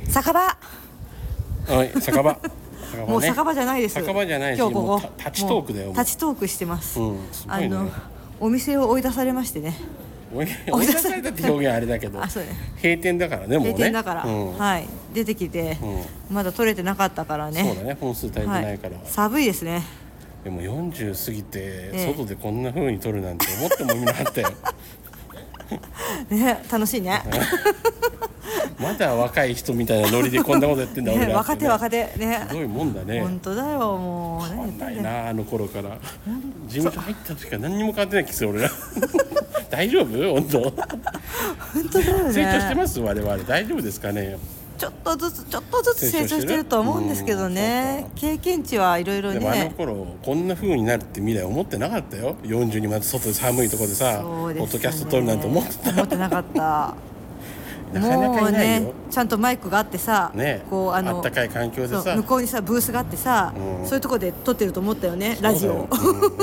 酒場。 はい、酒場。 もう酒場じゃないです。 酒場じゃないし、 今日ここ立ちトークだよ。 立ちトークしてます。 すごいね。 お店を追い出されましてね。 追い出されたって表現あれだけど、 そうね、 閉店だからね、もうね。 閉店だから、はい、出てきて、まだ取れてなかったからね。 そうだね、本数足りてないから。 寒いですね。 でも40過ぎて外でこんな風に撮るなんて思ってもみなかったよ。 ね、楽しいね。 まだ若い人みたいなノリでこんなことやってんだ俺ら。 若手ね。 すごいもんだね。 本当だよ、もう変わんないな、あの頃から事務所入った時から何にも変わってない気する俺ら。大丈夫？本当だよね。成長してます我々。大丈夫ですかね。 ちょっとずつ成長してると思うんですけどね。経験値はいろいろね。 でもあの頃こんな風になるって未来思ってなかったよ。40にまで外で寒いところでさ、ポッドキャスト撮るなんて思ってなかった。なかなかいないよ。 ちゃんとマイクがあってさ、 こうあったかい環境でさ、 向こうにさブースがあってさ、そういうところで撮ってると思ったよね、ラジオ。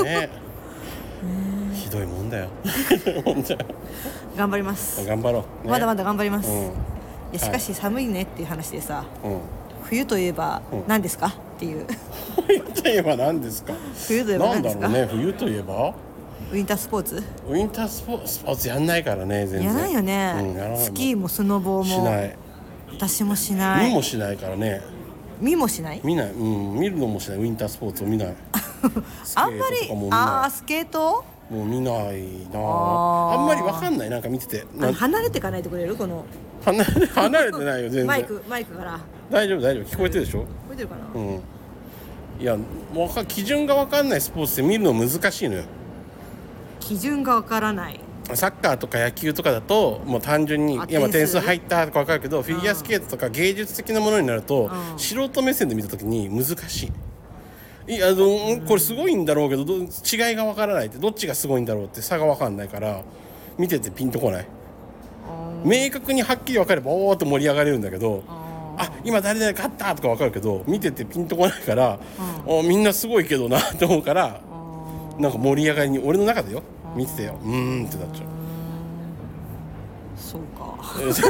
ひどいもんだよ。 頑張ります。 頑張ろう。 まだまだ頑張ります。しかし寒いねっていう話でさ、冬といえば何ですかっていう。 冬といえば何ですか。 冬といえば何ですか。 なんだろうね、冬といえば。 ウィンタースポーツ？ ウィンタースポーツやんないからね、全然。 やらないよね。スキーもスノボーもしない。 私もしない。 見もしないからね。 見もしない？ 見ない。見るのもしない。ウィンタースポーツを見ない。 あんまりスケート？ もう見ないな。あんまりわかんない、なんか見てて。 離れてかないでくれる？この離れてないよ全然。 マイクから大丈夫聞こえてるでしょ。 聞こえてるかな。 いやもう基準がわかんないスポーツって見るの難しいのよ。 基準がわからない。 サッカーとか野球とかだともう単純に点数入ったとか分かるけど、フィギュアスケートとか芸術的なものになると素人目線で見た時に難しい。いやこれすごいんだろうけど違いが分からないって、どっちがすごいんだろうって差が分かんないから見ててピンとこない。明確にはっきり分かればおーっと盛り上がれるんだけど、今誰々勝ったとか分かるけど見ててピンとこないから、みんなすごいけどなと思うから、なんか盛り上がりに俺の中でよ見ててよってなっちゃう。 そうか。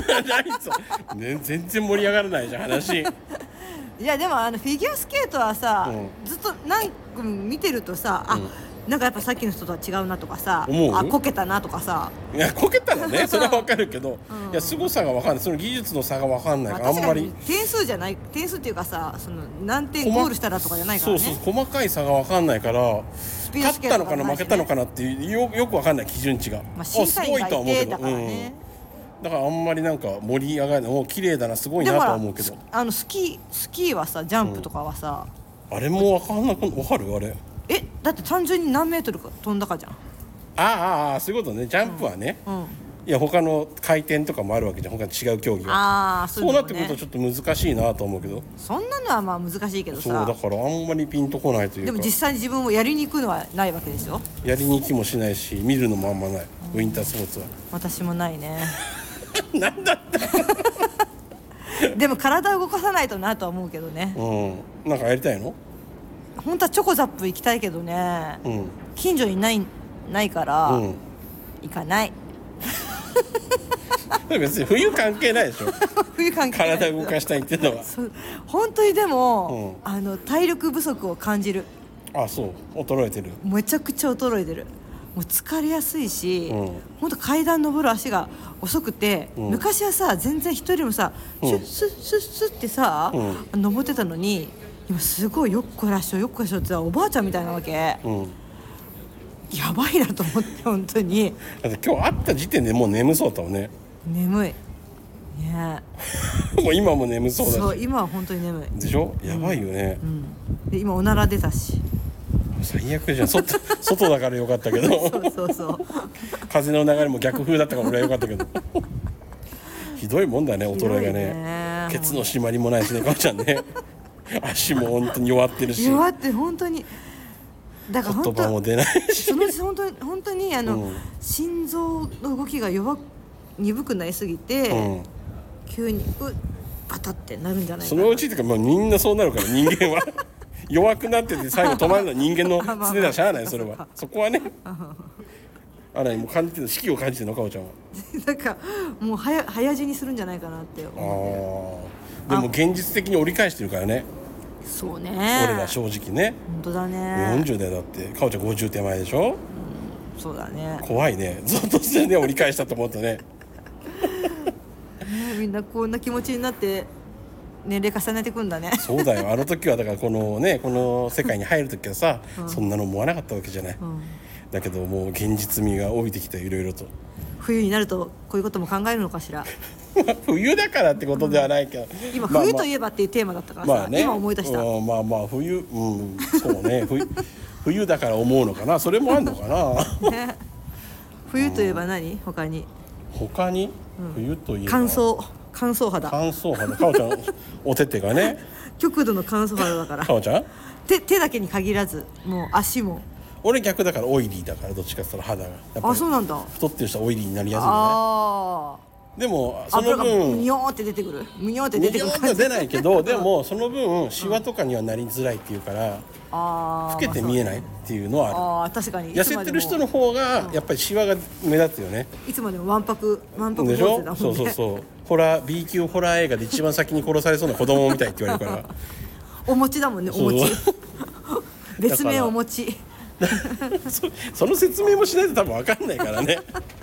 全然盛り上がらないじゃん話。 いやでもフィギュアスケートはさ、ずっと何組見てるとさ、なんかやっぱさっきの人とは違うなとかさ、こけたなとかさ。 いやこけたらねそれは分かるけど、いや凄さが分かんない、その技術の差が分かんないから、あんまり点数っていうかさ、その何点ゴールしたらとかじゃないからね。 そう細かい差が分かんないから、勝ったのかな負けたのかなっていうよく分かんない基準値が。 審査員がいてだからね。 だからあんまりなんか盛り上がるのも綺麗だなすごいなとは思うけど。 スキーはさジャンプとかはさ、 あれも分かんなく分かるあれ。 だって単純に何メートルか飛んだかじゃん。 そういうことね。ジャンプはね、いや他の回転とかもあるわけじゃん、他の違う競技は。そうなってくるとちょっと難しいなと思うけど。 そんなのはまあ難しいけどさ。 そうだからあんまりピンとこないというか。 でも実際に自分もやりに行くのはないわけですよ。 やりに行きもしないし見るのもあんまない、ウィンタースポーツは。 私もないね。 なんだったでも体を動かさないとなとは思うけどね。 なんかやりたいの？ 本当はチョコザップ行きたいけどね、近所にないから、行かない。 別に冬関係ないでしょ。 冬関係ない。 体動かしたいっていうのは。 本当にでも、体力不足を感じる。 そう衰えてる。 めちゃくちゃ衰えてる。もう疲れやすいし、本当階段登る足が遅くて、昔はさ全然人よりもさ、シュッスッスッスッってさ、登ってたのに、今すごいよっこらしょっておばあちゃんみたいなわけ。やばいなと思って本当に。 だって今日会った時点でもう眠そうだったもんね。 眠いね。 もう今も眠そうだし。 そう今は本当に眠いでしょ。やばいよね。 で今おなら出たし。 最悪じゃん。外だからよかったけど。 そう風の流れも逆風だったから俺はよかったけど。ひどいもんだね、衰えがね。ケツの締まりもないしね、母ちゃんね。足も本当に弱ってるし。 弱って本当に。だから言葉も出ないし。 そのうち本当に心臓の動きが鈍くなりすぎて、急にバタってなるんじゃないかな。 そのうちっていうか、みんなそうなるから人間は。弱くなってて最後止まるのは人間の常だしゃあない。それはそこはね。 あれもう感じてる、四季を感じてるのかおちゃんは。 なんかもう早死にするんじゃないかなって思でも現実的に折り返してるからね。 そうね、 俺ら正直ね。 本当だね。 40代だってかおちゃん50手前でしょ。 そうだね。 怖いね、ずっとするね、折り返したと思うとねみんなこんな気持ちになって年齢重ねてくんだね。 そうだよ、あの時はだからこの世界に入る時はさ、そんなの思わなかったわけじゃない、だけどもう現実味が帯びてきて、いろいろと冬になるとこういうことも考えるのかしら。 冬だからってことではないけど、 今冬といえばっていうテーマだったからさ、今思い出した。 冬、そうね冬だから思うのかな、それもあんのかな、 ね、冬といえば何、他に冬といえば乾燥肌かおちゃんお手手がね極度の乾燥肌だからかおちゃん手だけに限らずもう足も。 俺逆だからオイリーだから、どっちかって言ったら肌がやっぱりそうなんだ。 太ってる人はオイリーになりやすいんだね。でもその分むにょーって出てくる感じ。 出ないけどでもその分シワとかにはなりづらいっていうから、老けて見えないっていうのはある。 確かに痩せてる人の方がやっぱりシワが目立つよね。 いつまでもわんぱくでしょ。 だもんね。 そうB 級ホラー映画で一番先に殺されそうな子供みたいって言われるからお餅だもんね、お餅別名お餅その説明もしないと多分分かんないからね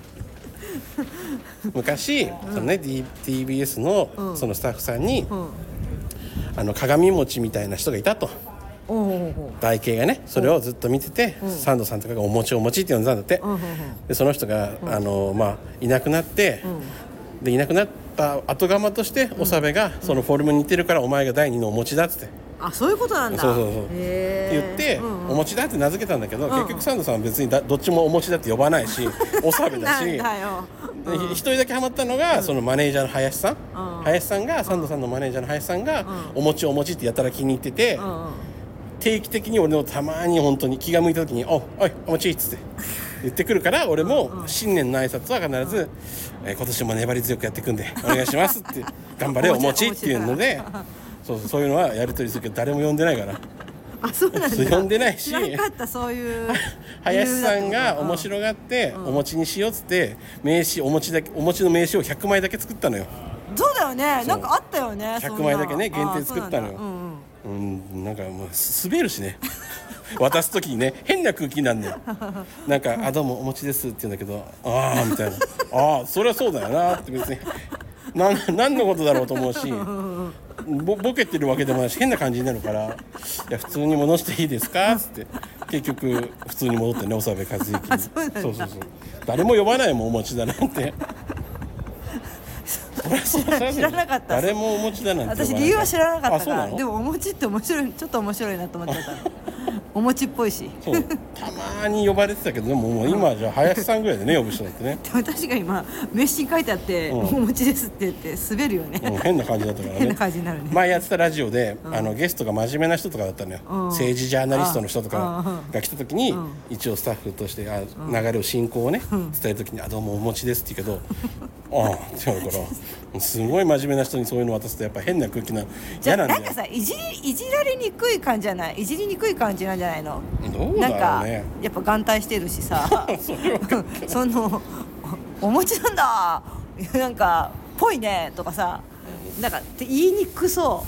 昔、そのね、TBS のそのスタッフさんに、鏡餅みたいな人がいたと。台形がね、それをずっと見てて、サンドさんとかがお餅って呼んでたんだって、でその人が、いなくなって、でいなくなった後釜として長部がそのフォルムに似てるからお前が第2のお餅だっつって、 そういうことなんだ。 そうって言って、お餅だって名付けたんだけど、結局サンドさんは別にどっちもお餅だって呼ばないし長部だし一人だけハマったのが、そのマネージャーの林さんが、サンドさんのマネージャーの林さんが、お餅ってやたら気に入ってて、定期的に俺のたまに本当に気が向いた時に「おいお餅」っつって言ってくるから、俺も新年の挨拶は必ず「今年も粘り強くやっていくんでお願いします」って「頑張れお餅」っていうのでそういうのはやり取りするけど、誰も呼んでないから。 そうなんだ。 呼んでないし、 知らなかった。そういう林さんが面白がってお餅にしようっつってお餅の名刺を100枚だけ作ったのよ。 そうだよね、なんかあったよね。 100枚だけね、限定作ったのよ。なんかもう滑るしね渡す時にね、変な空気になるのよ。なんか「どうもお餅です」って言うんだけど「みたいな「そりゃそうだよな」って別に何のことだろうと思うし、ボケてるわけでもないし変な感じになるから「いや普通に戻していいですか?」っつって結局普通に戻ってね、長部和之に。そう誰も呼ばないもんお餅だなんて知らなかった。 誰もお餅だなんて。 私理由は知らなかったから。でもお餅ってちょっと面白いなと思ってたお餅っぽいし。 そうたまに呼ばれてたけど、でももう今じゃ林さんぐらいでね呼ぶ人だってね。 でも確かに名刺に書いてあってお餅ですって言って滑るよね。 変な感じだったからね。 変な感じになるね。 前やってたラジオでゲストが真面目な人とかだったのよ。政治ジャーナリストの人とかが来た時に一応スタッフとして流れを進行をね伝える時に「どうもお餅です」って言うけど「って言うからすごい真面目な人にそういうの渡すとやっぱ変な空気な嫌なんだよ。 なんかさいじられにくい感じじゃない？いじりにくい感じなんじゃないの？ どうだろうね。なんかやっぱ眼帯してるしさそのお餅なんだなんかぽいねとかさ、なんかって言いにくそう。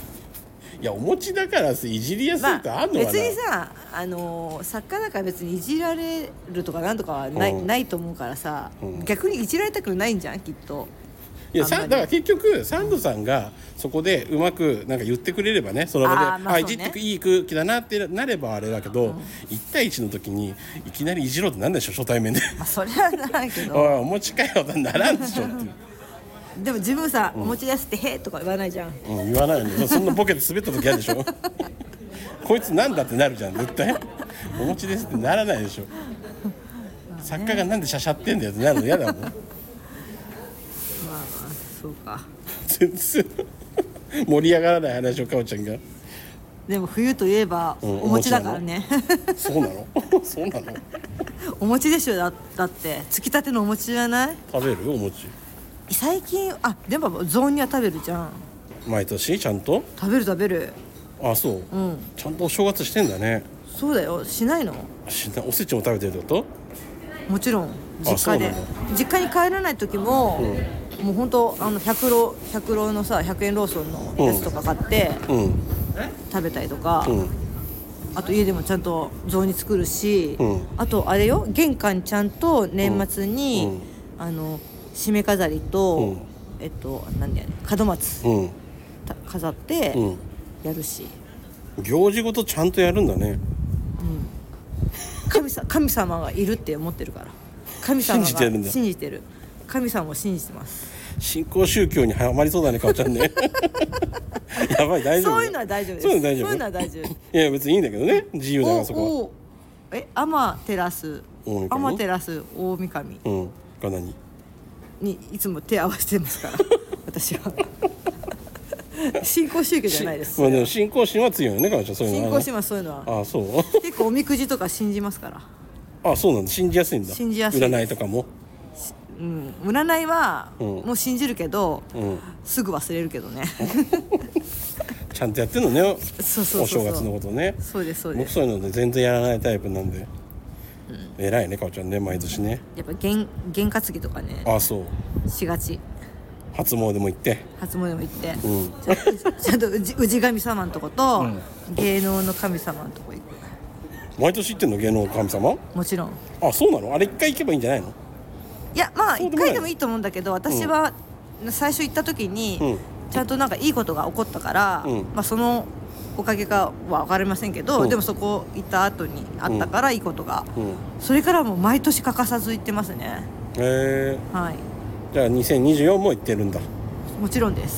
いやお餅だからいじりやすいってあんのかな。 別にさ作家だから別にいじられるとかなんとかはないと思うからさ、逆にいじられたくないんじゃんきっと。 いやだから結局サンドさんがそこでうまくなんか言ってくれればね、その場でいじっていい空気だなってなればあれだけど、1対1の時にいきなりいじろうってなんでしょ初対面で。 それはないけどおいお餅かよってならんでしょっていう。 でも自分さ、お餅ですって「へ」とか言わないじゃん。 言わないよね。そんなボケで滑った時嫌でしょこいつなんだってなるじゃん絶対。お餅ですってならないでしょ。作家がなんでしゃしゃってんだよってなるの嫌だもん。 そうか。 全然盛り上がらない話をかおちゃんが。 でも冬といえばお餅だからね。 そうなのそうなの。 お餅でしょ。だってつきたてのお餅じゃない？ 食べるお餅最近。でもゾーンには食べるじゃん。 毎年ちゃんと食べる。 そう、ちゃんとお正月してんだね。 そうだよ。しないの？ おせちも食べてるってこと？ もちろん実家で、実家に帰らない時も、もう本当100ロのさ100円ローソンのやつとか買って、食べたりとか、あと家でもちゃんと雑煮作るし、あとあれよ、玄関ちゃんと年末に、締め飾りと、なんだよね、門松、飾ってやるし、 行事ごとちゃんとやるんだね。 神様がいるって思ってるから、神様が信じてるんだ。 信じてる、神様を信じてます。 新興宗教にはまりそうだね、かおちゃんね。やばい、大丈夫。 そういうのは大丈夫です。 そういうの大丈夫。 そういうのは大丈夫。 いや別にいいんだけどね、自由だからそこは。 天照大神が何にいつも手合わせてますから私は。新興宗教じゃないです。 まあでも信仰心は強いよね、かおちゃん、そういうのは。 信仰心はそういうのは。 ああ、そう。 結構おみくじとか信じますから。 ああ、そうなんだ、信じやすいんだ。 信じやすい。 占いとかも。 占いはもう信じるけど、すぐ忘れるけどね。 ちゃんとやってんのね。 そうお正月のことね。 そうですそうです。 僕そういうので全然やらないタイプなんで、偉いね、かおちゃんね、毎年ね。 やっぱ験担ぎとかね。 ああ、そうしがち。 初詣も行って、 ちゃんと氏神様のとこと、芸能の神様のとこ行く。 毎年行ってんの、芸能の神様。 もちろん。 あ、そうなの。あれ一回行けばいいんじゃないの。 いや、まあ1回でもいいと思うんだけど、私は最初行った時にちゃんとなんかいいことが起こったから、まあそのおかげかは分かりませんけど、でもそこ行った後にあったからいいことが、それからもう毎年欠かさず行ってますね。はい。 じゃあ2024も行ってるんだ。 もちろんです。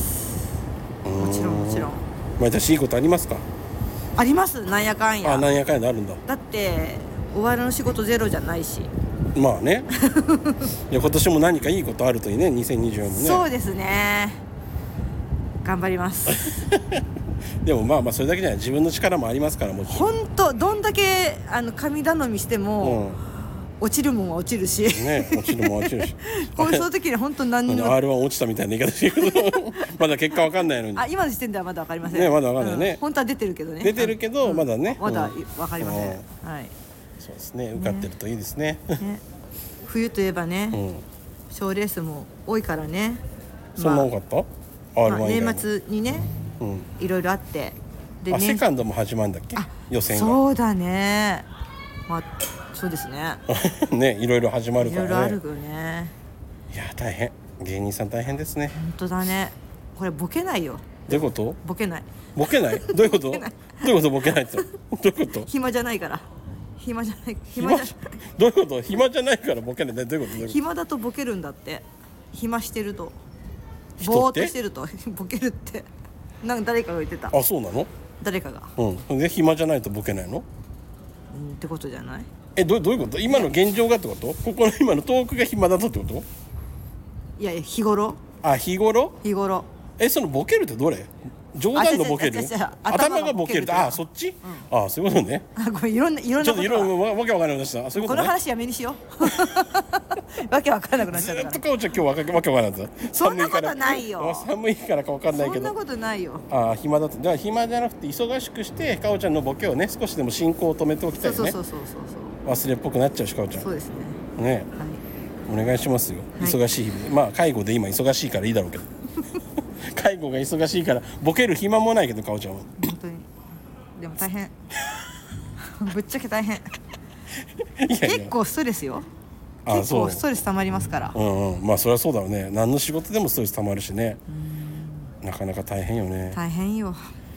もちろん。 毎年いいことありますか。 あります、なんやかんや。 なんやかんやあるんだ。 だって終わりの仕事ゼロじゃないし。 まあね。いや今年も何かいいことあるといいね、2024もね。 そうですね、頑張ります。 でもまあそれだけじゃない、自分の力もありますから。もちろん本当どんだけ神頼みしても、落ちるもんは落ちるしね、落ちるもんは落ちるしこうその時に本当何にも R1 落ちたみたいな言い方してるけどまだ結果わかんないのに。 今の時点ではまだわかりませんね、まだわかんないね。 本当は出てるけどね。 出てるけどまだね、 まだわかりません。はい。 そうですね、受かってるといいですね。 冬といえばね、賞レースも多いからね。 そんな多かった？ R1 年末にね、いろいろあって、 でセカンドも始まるんだっけ、予選が。 そうだね。まあそうですね。 ね、いろいろ始まるからね。 いろいろあるよね。 いや大変、芸人さん大変ですね。 本当だね。これボケないよ。 どういうこと？ ボケない。 ボケない？どういうこと？どういうことボケないって？どういうこと？ 暇じゃないから。暇じゃない。 どういうこと？暇じゃないからボケない。どういうこと？ 暇だとボケるんだって。暇してると。ぼーっとしてるとボケるって。なんか誰かが言ってた。 あ、そうなの？ 誰かが。 で暇じゃないとボケないの？ ってことじゃない？ どういうこと？今の現状がってこと？ここの今のトークが暇だとってこと？ いや日頃。 日頃？そのボケるってどれ？冗談のボケる？頭がボケるって、そっち？そういうことね。 これいろんなちょっとわけわからなくなっちゃった。そういうことね。 この話やめにしよう。わけわからなくなっちゃったから。 ずっとかおちゃん今日わけわからなかった。 そんなことないよ。 寒いからかわかんないけど。 そんなことないよ。 暇だと。だから暇じゃなくて忙しくしてかおちゃんのボケをね、少しでも進行を止めておきたいね。 そう。 忘れっぽくなっちゃうしかおちゃん。 そうですね。 ね。お願いしますよ。忙しい日々。介護で今忙しいからいいだろうけど。介護が忙しいからボケる暇もないけどかおちゃんは。 本当に。でも大変。ぶっちゃけ大変。結構ストレスよ。結構ストレス溜まりますから。 まあそれはそうだろうね。何の仕事でもストレス溜まるしね。なかなか大変よね。 大変よ。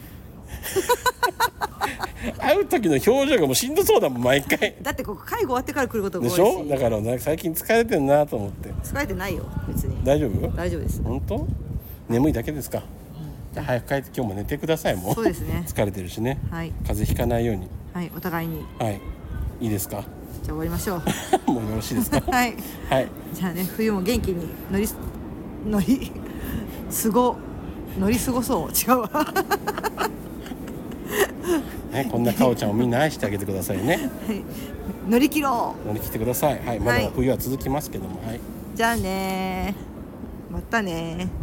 会う時の表情がもうしんどそうだもん毎回。 だってここ介護終わってから来ることが多いし。 でしょ？だから最近疲れてるなと思って。 疲れてないよ別に。 大丈夫？ 大丈夫です。 本当？眠いだけですか？じゃあ早く帰って今日も寝てください。もう。そうですね。疲れてるしね。 はい。 風邪ひかないように。 はい、お互いに。 はい。いいですか？ じゃあ終わりましょう。もうよろしいですか？ はい。 はい。 じゃあね、冬も元気に乗り過ごそう。違うわ。 ね、こんなかおちゃんをみんな愛してあげてくださいね。 はい。乗り切ろう。 乗り切ってください。はい。まだ冬は続きますけども。はい。 じゃあね。またね。